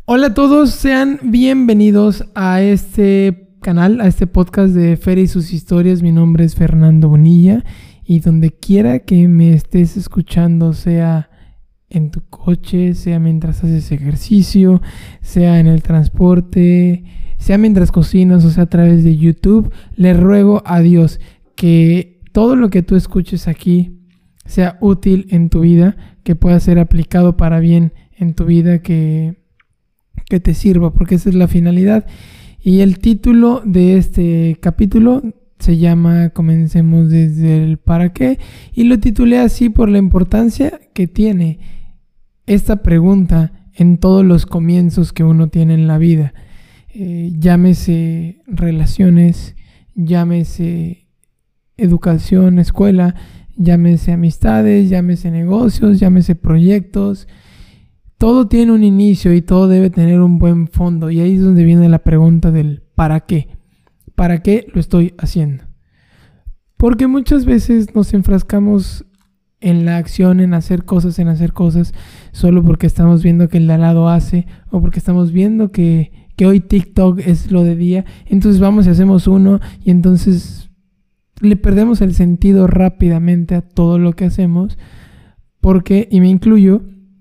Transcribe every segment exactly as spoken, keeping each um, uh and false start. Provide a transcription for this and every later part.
Hola a todos, sean bienvenidos a este canal, a este podcast de Feria y sus historias. Mi nombre es Fernando Bonilla y donde quiera que me estés escuchando, sea en tu coche, sea mientras haces ejercicio, sea en el transporte, sea mientras cocinas o sea a través de YouTube, le ruego a Dios que todo lo que tú escuches aquí sea útil en tu vida, que pueda ser aplicado para bien en tu vida, que que te sirva, porque esa es la finalidad. Y el título de este capítulo se llama Comencemos desde el para qué, y lo titulé así por la importancia que tiene esta pregunta en todos los comienzos que uno tiene en la vida. Eh, llámese relaciones, llámese educación, escuela, llámese amistades, llámese negocios, llámese proyectos. Todo tiene un inicio y todo debe tener un buen fondo, y ahí es donde viene la pregunta del ¿para qué? ¿Para qué lo estoy haciendo? Porque muchas veces nos enfrascamos en la acción, en hacer cosas, en hacer cosas, solo porque estamos viendo que el de al lado hace, o porque estamos viendo que, que hoy TikTok es lo de día, entonces vamos y hacemos uno, y entonces le perdemos el sentido rápidamente a todo lo que hacemos, porque, y me incluyo,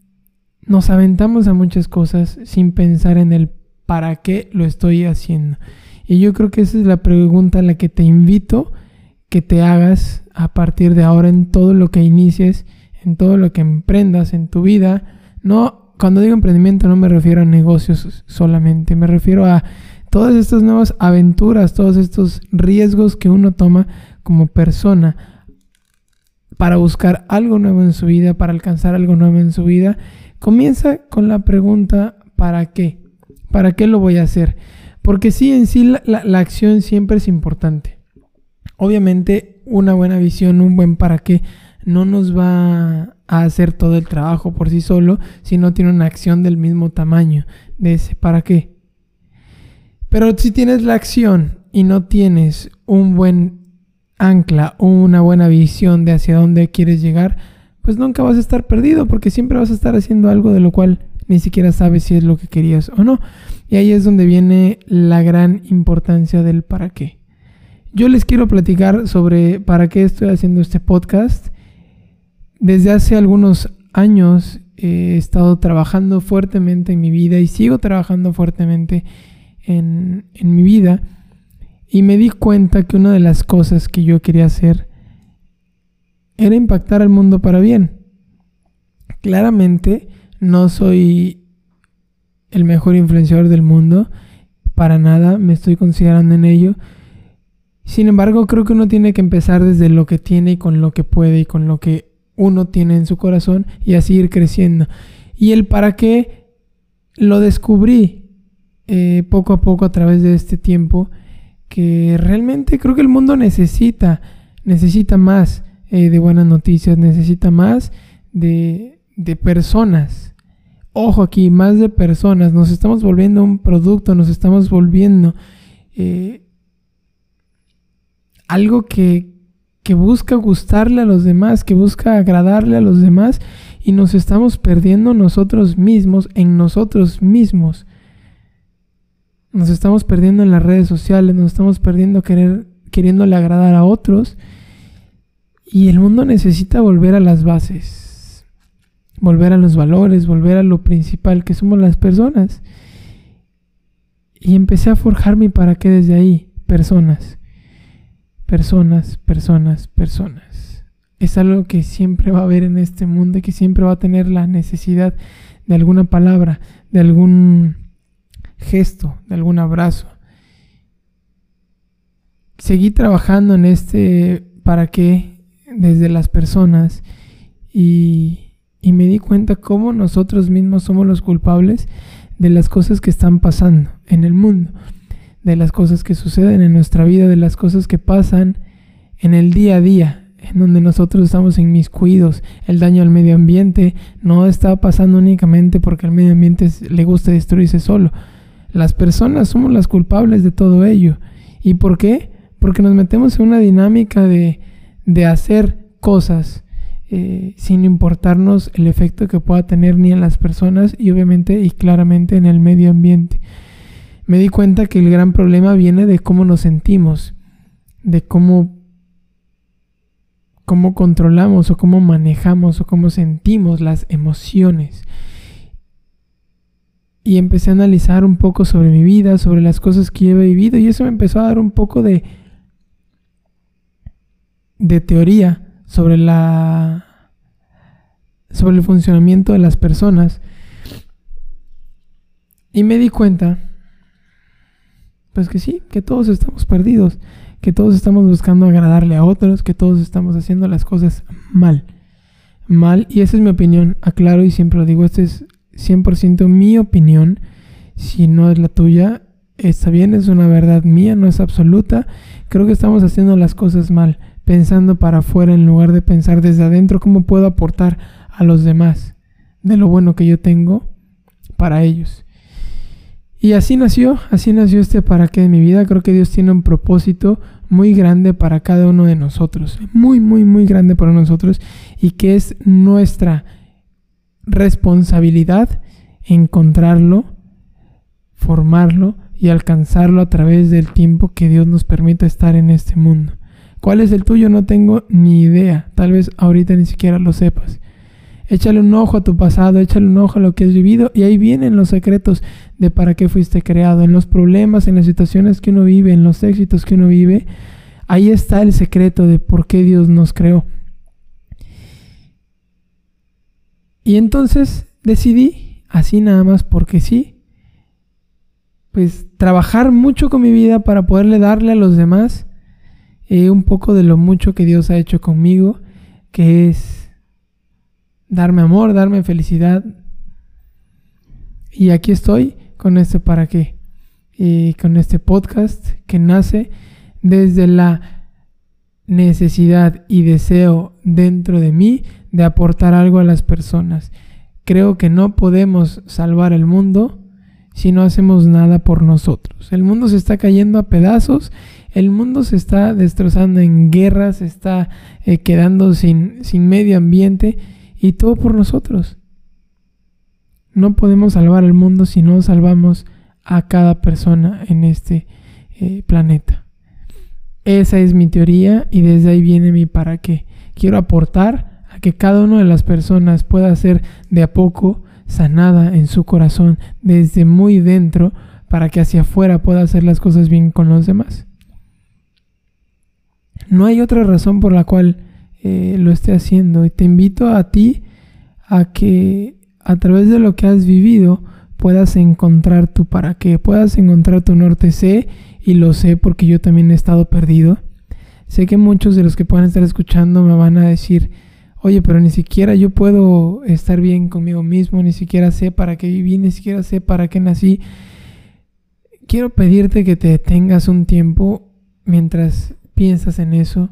nos aventamos a muchas cosas sin pensar en el para qué lo estoy haciendo. Y yo creo que esa es la pregunta a la que te invito que te hagas a partir de ahora en todo lo que inicies, en todo lo que emprendas en tu vida. No, cuando digo emprendimiento no me refiero a negocios solamente, me refiero a todas estas nuevas aventuras, todos estos riesgos que uno toma como persona para buscar algo nuevo en su vida, para alcanzar algo nuevo en su vida. Comienza con la pregunta ¿para qué? ¿Para qué lo voy a hacer? Porque sí, en sí la, la, la acción siempre es importante. Obviamente una buena visión, un buen para qué no nos va a hacer todo el trabajo por sí solo si no tiene una acción del mismo tamaño de ese para qué. Pero si tienes la acción y no tienes un buen ancla o una buena visión de hacia dónde quieres llegar, pues nunca vas a estar perdido, porque siempre vas a estar haciendo algo de lo cual ni siquiera sabes si es lo que querías o no. Y ahí es donde viene la gran importancia del para qué. Yo les quiero platicar sobre para qué estoy haciendo este podcast. Desde hace algunos años he estado trabajando fuertemente en mi vida y sigo trabajando fuertemente en, en mi vida. Y me di cuenta que una de las cosas que yo quería hacer era impactar al mundo para bien. Claramente no soy el mejor influenciador del mundo, para nada, me estoy considerando en ello. Sin embargo, creo que uno tiene que empezar desde lo que tiene y con lo que puede y con lo que uno tiene en su corazón, y así ir creciendo. Y el para qué lo descubrí eh, poco a poco a través de este tiempo, que realmente creo que el mundo necesita, necesita más Eh, de buenas noticias, necesita más de, de personas. Ojo aquí, más de personas. Nos estamos volviendo un producto, nos estamos volviendo eh, algo que, que busca gustarle a los demás, que busca agradarle a los demás, y nos estamos perdiendo nosotros mismos en nosotros mismos. Nos estamos perdiendo en las redes sociales, nos estamos perdiendo querer, queriéndole agradar a otros. Y el mundo necesita volver a las bases, volver a los valores, volver a lo principal que somos las personas. Y empecé a forjar mi para qué desde ahí. Personas, personas, personas, personas. Es algo que siempre va a haber en este mundo y que siempre va a tener la necesidad de alguna palabra, de algún gesto, de algún abrazo. Seguí trabajando en este para qué desde las personas y, y me di cuenta cómo nosotros mismos somos los culpables de las cosas que están pasando en el mundo, de las cosas que suceden en nuestra vida, de las cosas que pasan en el día a día, en donde nosotros estamos inmiscuidos. El daño al medio ambiente no está pasando únicamente porque al medio ambiente le gusta destruirse solo. Las personas somos las culpables de todo ello. ¿Y por qué? Porque nos metemos en una dinámica de, de hacer cosas eh, sin importarnos el efecto que pueda tener ni en las personas y obviamente y claramente en el medio ambiente. Me di cuenta que el gran problema viene de cómo nos sentimos, de cómo, cómo controlamos o cómo manejamos o cómo sentimos las emociones. Y empecé a analizar un poco sobre mi vida, sobre las cosas que yo he vivido, y eso me empezó a dar un poco de, de teoría sobre la sobre el funcionamiento de las personas. Y me di cuenta pues que sí, que todos estamos perdidos, que todos estamos buscando agradarle a otros, que todos estamos haciendo las cosas mal. Mal, y esa es mi opinión, aclaro y siempre lo digo, esta es cien por ciento mi opinión. Si no es la tuya, está bien, es una verdad mía, no es absoluta. Creo que estamos haciendo las cosas mal, pensando para afuera en lugar de pensar desde adentro cómo puedo aportar a los demás de lo bueno que yo tengo para ellos. Y así nació, así nació este para qué de mi vida. Creo que Dios tiene un propósito muy grande para cada uno de nosotros, muy, muy, muy grande para nosotros, y que es nuestra responsabilidad encontrarlo, formarlo y alcanzarlo a través del tiempo que Dios nos permita estar en este mundo. ¿Cuál es el tuyo? No tengo ni idea. Tal vez ahorita ni siquiera lo sepas. Échale un ojo a tu pasado, échale un ojo a lo que has vivido, y ahí vienen los secretos de para qué fuiste creado. En los problemas, en las situaciones que uno vive, en los éxitos que uno vive, ahí está el secreto de por qué Dios nos creó. Y entonces decidí, así nada más porque sí, pues trabajar mucho con mi vida para poderle darle a los demás eh, un poco de lo mucho que Dios ha hecho conmigo, que es darme amor, darme felicidad. Y aquí estoy con este para qué, y con este podcast que nace desde la necesidad y deseo dentro de mí de aportar algo a las personas. Creo que no podemos salvar el mundo si no hacemos nada por nosotros. El mundo se está cayendo a pedazos, el mundo se está destrozando en guerras, se está eh, quedando sin, sin medio ambiente, y todo por nosotros. No podemos salvar el mundo si no salvamos a cada persona en este eh, planeta. Esa es mi teoría y desde ahí viene mi para qué. Quiero aportar a que cada una de las personas pueda ser de a poco sanada en su corazón desde muy dentro, para que hacia afuera pueda hacer las cosas bien con los demás. No hay otra razón por la cual eh, lo esté haciendo, y te invito a ti a que a través de lo que has vivido puedas encontrar tu para qué, puedas encontrar tu norte. Sé, y lo sé porque yo también he estado perdido. Sé que muchos de los que puedan estar escuchando me van a decir: oye, pero ni siquiera yo puedo estar bien conmigo mismo, ni siquiera sé para qué viví, ni siquiera sé para qué nací. Quiero pedirte que te detengas un tiempo mientras piensas en eso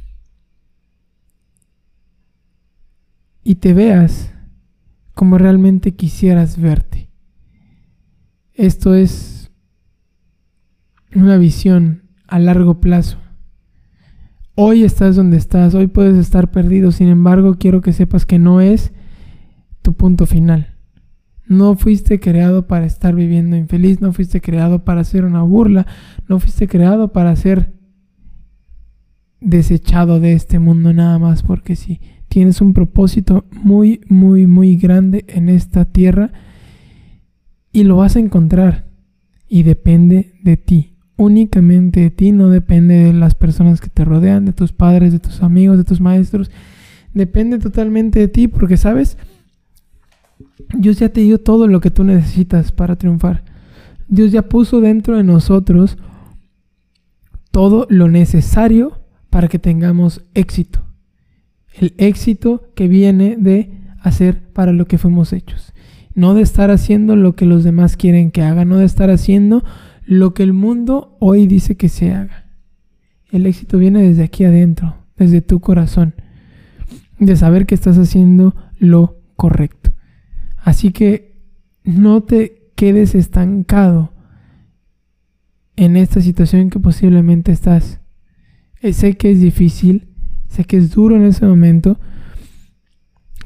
y te veas como realmente quisieras verte. Esto es una visión a largo plazo. Hoy estás donde estás, hoy puedes estar perdido, sin embargo quiero que sepas que no es tu punto final. No fuiste creado para estar viviendo infeliz, no fuiste creado para hacer una burla, no fuiste creado para ser desechado de este mundo nada más porque sí. Tienes un propósito muy, muy, muy grande en esta tierra y lo vas a encontrar, y depende de ti, únicamente de ti. No depende de las personas que te rodean, de tus padres, de tus amigos, de tus maestros. Depende totalmente de ti, porque sabes, Dios ya te dio todo lo que tú necesitas para triunfar. Dios ya puso dentro de nosotros todo lo necesario para que tengamos éxito. El éxito que viene de hacer para lo que fuimos hechos. No de estar haciendo lo que los demás quieren que haga. No de estar haciendo lo que el mundo hoy dice que se haga. El éxito viene desde aquí adentro, desde tu corazón. De saber que estás haciendo lo correcto. Así que no te quedes estancado en esta situación que posiblemente estás. Sé que es difícil. Sé que es duro en ese momento,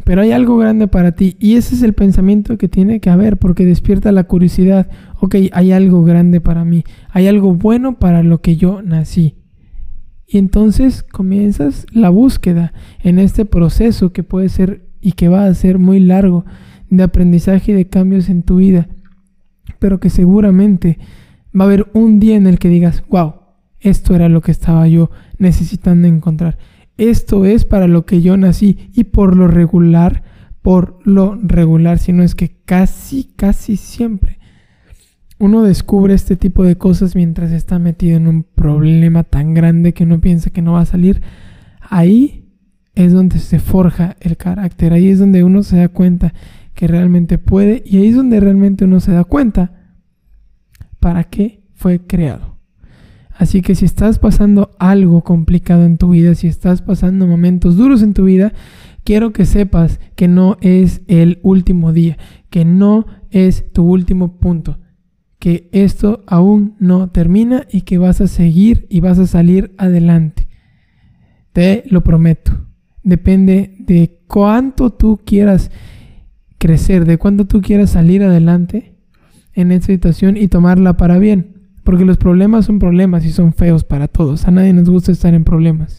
pero hay algo grande para ti. Y ese es el pensamiento que tiene que haber, porque despierta la curiosidad. Ok, hay algo grande para mí. Hay algo bueno para lo que yo nací. Y entonces comienzas la búsqueda en este proceso que puede ser y que va a ser muy largo de aprendizaje y de cambios en tu vida. Pero que seguramente va a haber un día en el que digas, wow, esto era lo que estaba yo necesitando encontrar. Esto es para lo que yo nací. Y por lo regular, por lo regular, si no es que casi, casi siempre, uno descubre este tipo de cosas mientras está metido en un problema tan grande que uno piensa que no va a salir. Ahí es donde se forja el carácter. Ahí es donde uno se da cuenta que realmente puede. Y ahí es donde realmente uno se da cuenta para qué fue creado. Así que si estás pasando algo complicado en tu vida, si estás pasando momentos duros en tu vida, quiero que sepas que no es el último día, que no es tu último punto, que esto aún no termina y que vas a seguir y vas a salir adelante. Te lo prometo. Depende de cuánto tú quieras crecer, de cuánto tú quieras salir adelante en esta situación y tomarla para bien. Porque los problemas son problemas y son feos para todos. A nadie nos gusta estar en problemas.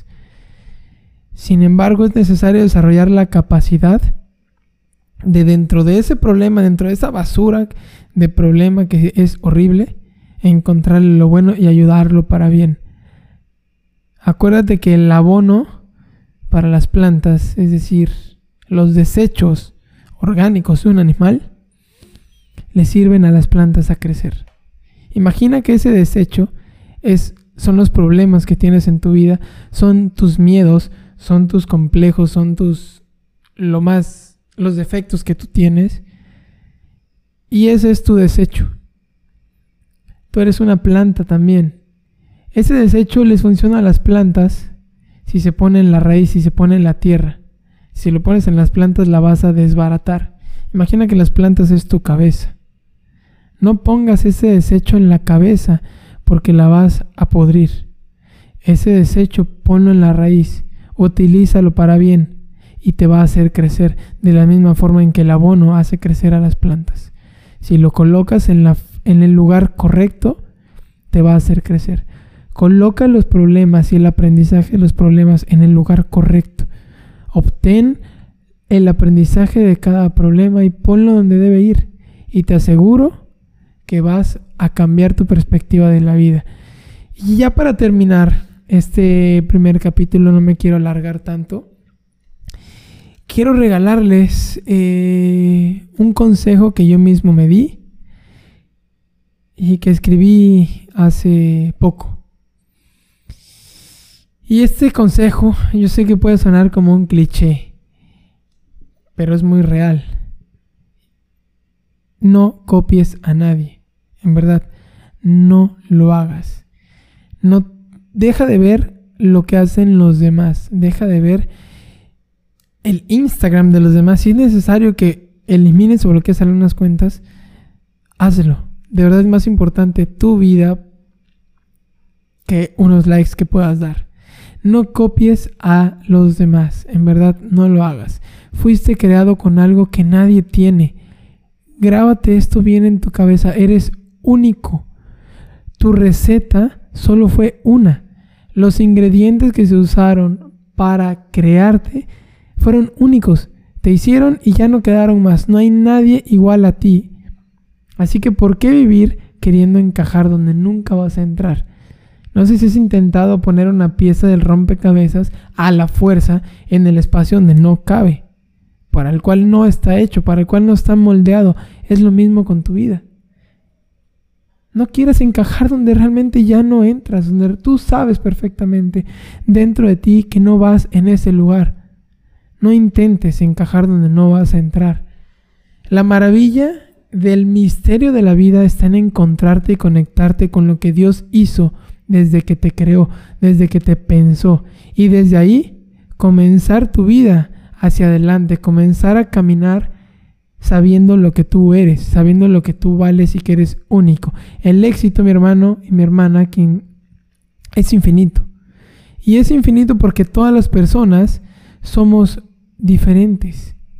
Sin embargo, es necesario desarrollar la capacidad de dentro de ese problema, dentro de esa basura de problema que es horrible, encontrarle lo bueno y ayudarlo para bien. Acuérdate que el abono para las plantas, es decir, los desechos orgánicos de un animal, le sirven a las plantas a crecer. Imagina que ese desecho es, son los problemas que tienes en tu vida, son tus miedos, son tus complejos, son tus, lo más, los defectos que tú tienes. Y ese es tu desecho. Tú eres una planta también. Ese desecho les funciona a las plantas si se pone en la raíz, si se pone en la tierra. Si lo pones en las plantas la vas a desbaratar. Imagina que las plantas es tu cabeza. No pongas ese desecho en la cabeza porque la vas a podrir. Ese desecho ponlo en la raíz, utilízalo para bien y te va a hacer crecer de la misma forma en que el abono hace crecer a las plantas. Si lo colocas en, la, en el lugar correcto, te va a hacer crecer. Coloca los problemas y el aprendizaje de los problemas en el lugar correcto. Obtén el aprendizaje de cada problema y ponlo donde debe ir. Y te aseguro que vas a cambiar tu perspectiva de la vida. Y ya para terminar este primer capítulo, no me quiero alargar tanto, quiero regalarles eh, un consejo que yo mismo me di y que escribí hace poco. Y este consejo, yo sé que puede sonar como un cliché, pero es muy real. No copies a nadie. En verdad, no lo hagas. No, deja de ver lo que hacen los demás. Deja de ver el Instagram de los demás. Si es necesario que elimines o bloquees algunas cuentas, hazlo. De verdad es más importante tu vida que unos likes que puedas dar. No copies a los demás. En verdad, no lo hagas. Fuiste creado con algo que nadie tiene. Grábate esto bien en tu cabeza. Eres único. Tu receta solo fue una. Los ingredientes que se usaron para crearte fueron únicos. Te hicieron y ya no quedaron más. No hay nadie igual a ti. Así que ¿por qué vivir queriendo encajar donde nunca vas a entrar? No sé si has intentado poner una pieza del rompecabezas a la fuerza en el espacio donde no cabe, para el cual no está hecho, para el cual no está moldeado. Es lo mismo con tu vida. No quieras encajar donde realmente ya no entras, donde tú sabes perfectamente dentro de ti que no vas en ese lugar. No intentes encajar donde no vas a entrar. La maravilla del misterio de la vida está en encontrarte y conectarte con lo que Dios hizo desde que te creó, desde que te pensó. Y desde ahí comenzar tu vida hacia adelante, comenzar a caminar sabiendo lo que tú eres, sabiendo lo que tú vales y que eres único. El éxito, mi hermano y mi hermana, quien es infinito. Y es infinito porque todas las personas somos diferentes.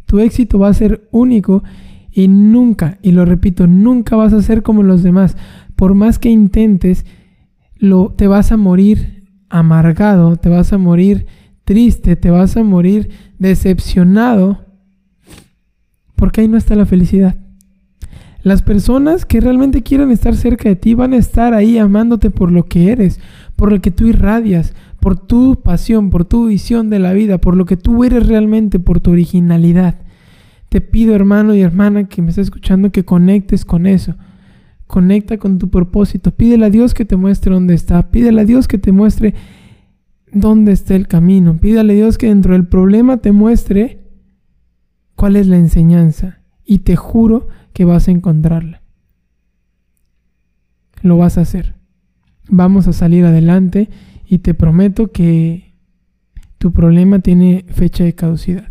Tu éxito va a ser único y nunca, y lo repito, nunca vas a ser como los demás. Por más que intentes, lo, te vas a morir amargado, te vas a morir triste, te vas a morir decepcionado, porque ahí no está la felicidad. Las personas que realmente quieran estar cerca de ti van a estar ahí amándote por lo que eres, por lo que tú irradias, por tu pasión, por tu visión de la vida, por lo que tú eres realmente, por tu originalidad. Te pido, hermano y hermana que me está escuchando, que conectes con eso. Conecta con tu propósito. Pídele a Dios que te muestre dónde está. Pídele a Dios que te muestre dónde está el camino. Pídele a Dios que dentro del problema te muestre cuál es la enseñanza. Y te juro que vas a encontrarla. Lo vas a hacer. Vamos a salir adelante y te prometo que tu problema tiene fecha de caducidad.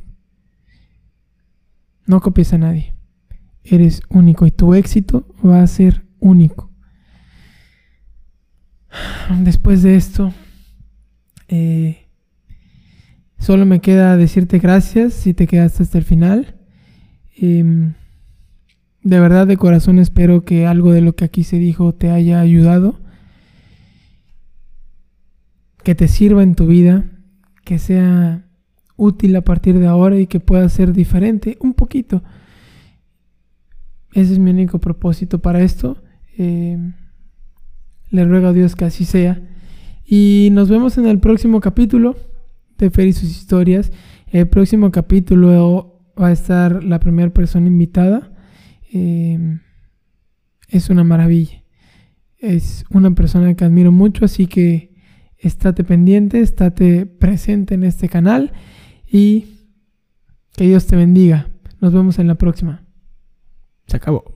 No copies a nadie. Eres único y tu éxito va a ser único. Después de esto, eh, solo me queda decirte gracias si te quedaste hasta el final. Eh, de verdad, de corazón, espero que algo de lo que aquí se dijo te haya ayudado, que te sirva en tu vida, que sea útil a partir de ahora y que pueda ser diferente un poquito. Ese es mi único propósito para esto. Eh, le ruego a Dios que así sea. Y nos vemos en el próximo capítulo de Fer y sus historias. El próximo capítulo va a estar la primera persona invitada. Eh, es una maravilla. Es una persona que admiro mucho, así que estate pendiente, estate presente en este canal y que Dios te bendiga. Nos vemos en la próxima. Se acabó.